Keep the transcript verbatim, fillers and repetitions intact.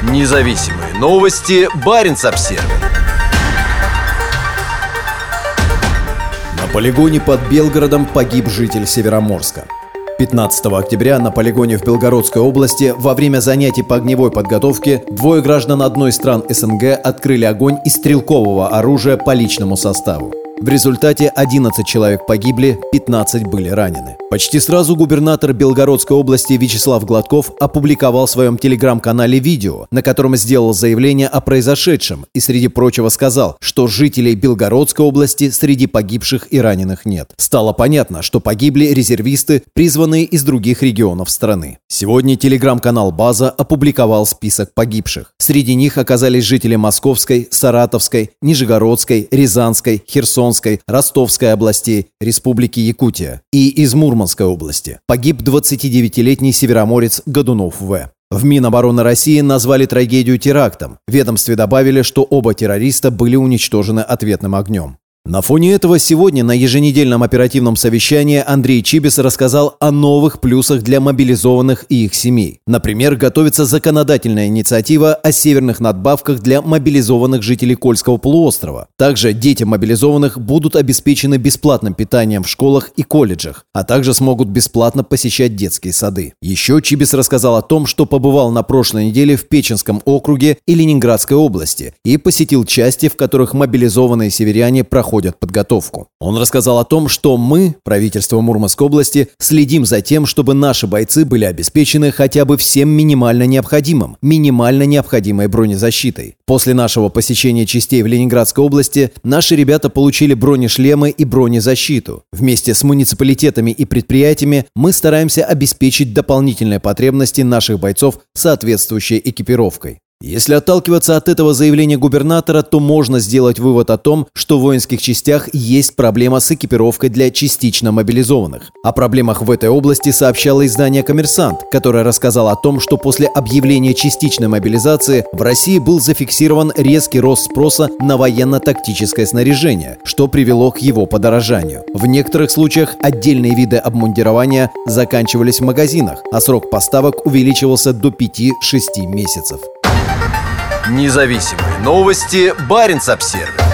Независимые новости. Баренц-Обсервис. На полигоне под Белгородом погиб житель Североморска. пятнадцатого октября на полигоне в Белгородской области во время занятий по огневой подготовке двое граждан одной из стран СНГ открыли огонь из стрелкового оружия по личному составу. В результате одиннадцать человек погибли, пятнадцать были ранены. Почти сразу губернатор Белгородской области Вячеслав Гладков опубликовал в своем телеграм-канале видео, на котором сделал заявление о произошедшем и, среди прочего, сказал, что жителей Белгородской области среди погибших и раненых нет. Стало понятно, что погибли резервисты, призванные из других регионов страны. Сегодня телеграм-канал «База» опубликовал список погибших. Среди них оказались жители Московской, Саратовской, Нижегородской, Рязанской, Херсонской, Ростовской областей, Республики Якутия и из Мурманской области. Погиб двадцатидевятилетний североморец Годунов В. В Минобороны России назвали трагедию терактом. В ведомстве добавили, что оба террориста были уничтожены ответным огнем. На фоне этого сегодня на еженедельном оперативном совещании Андрей Чибис рассказал о новых плюсах для мобилизованных и их семей. Например, готовится законодательная инициатива о северных надбавках для мобилизованных жителей Кольского полуострова. Также дети мобилизованных будут обеспечены бесплатным питанием в школах и колледжах, а также смогут бесплатно посещать детские сады. Еще Чибис рассказал о том, что побывал на прошлой неделе в Печенском округе и Ленинградской области и посетил части, в которых мобилизованные северяне проходят подготовку. Он рассказал о том, что мы, правительство Мурманской области, следим за тем, чтобы наши бойцы были обеспечены хотя бы всем минимально необходимым, минимально необходимой бронезащитой. После нашего посещения частей в Ленинградской области наши ребята получили бронешлемы и бронезащиту. Вместе с муниципалитетами и предприятиями мы стараемся обеспечить дополнительные потребности наших бойцов соответствующей экипировкой. Если отталкиваться от этого заявления губернатора, то можно сделать вывод о том, что в воинских частях есть проблема с экипировкой для частично мобилизованных. О проблемах в этой области сообщало издание «Коммерсант», которое рассказало о том, что после объявления частичной мобилизации в России был зафиксирован резкий рост спроса на военно-тактическое снаряжение, что привело к его подорожанию. В некоторых случаях отдельные виды обмундирования заканчивались в магазинах, а срок поставок увеличивался до пяти-шести месяцев. Независимые новости. Баренц-Обсервис.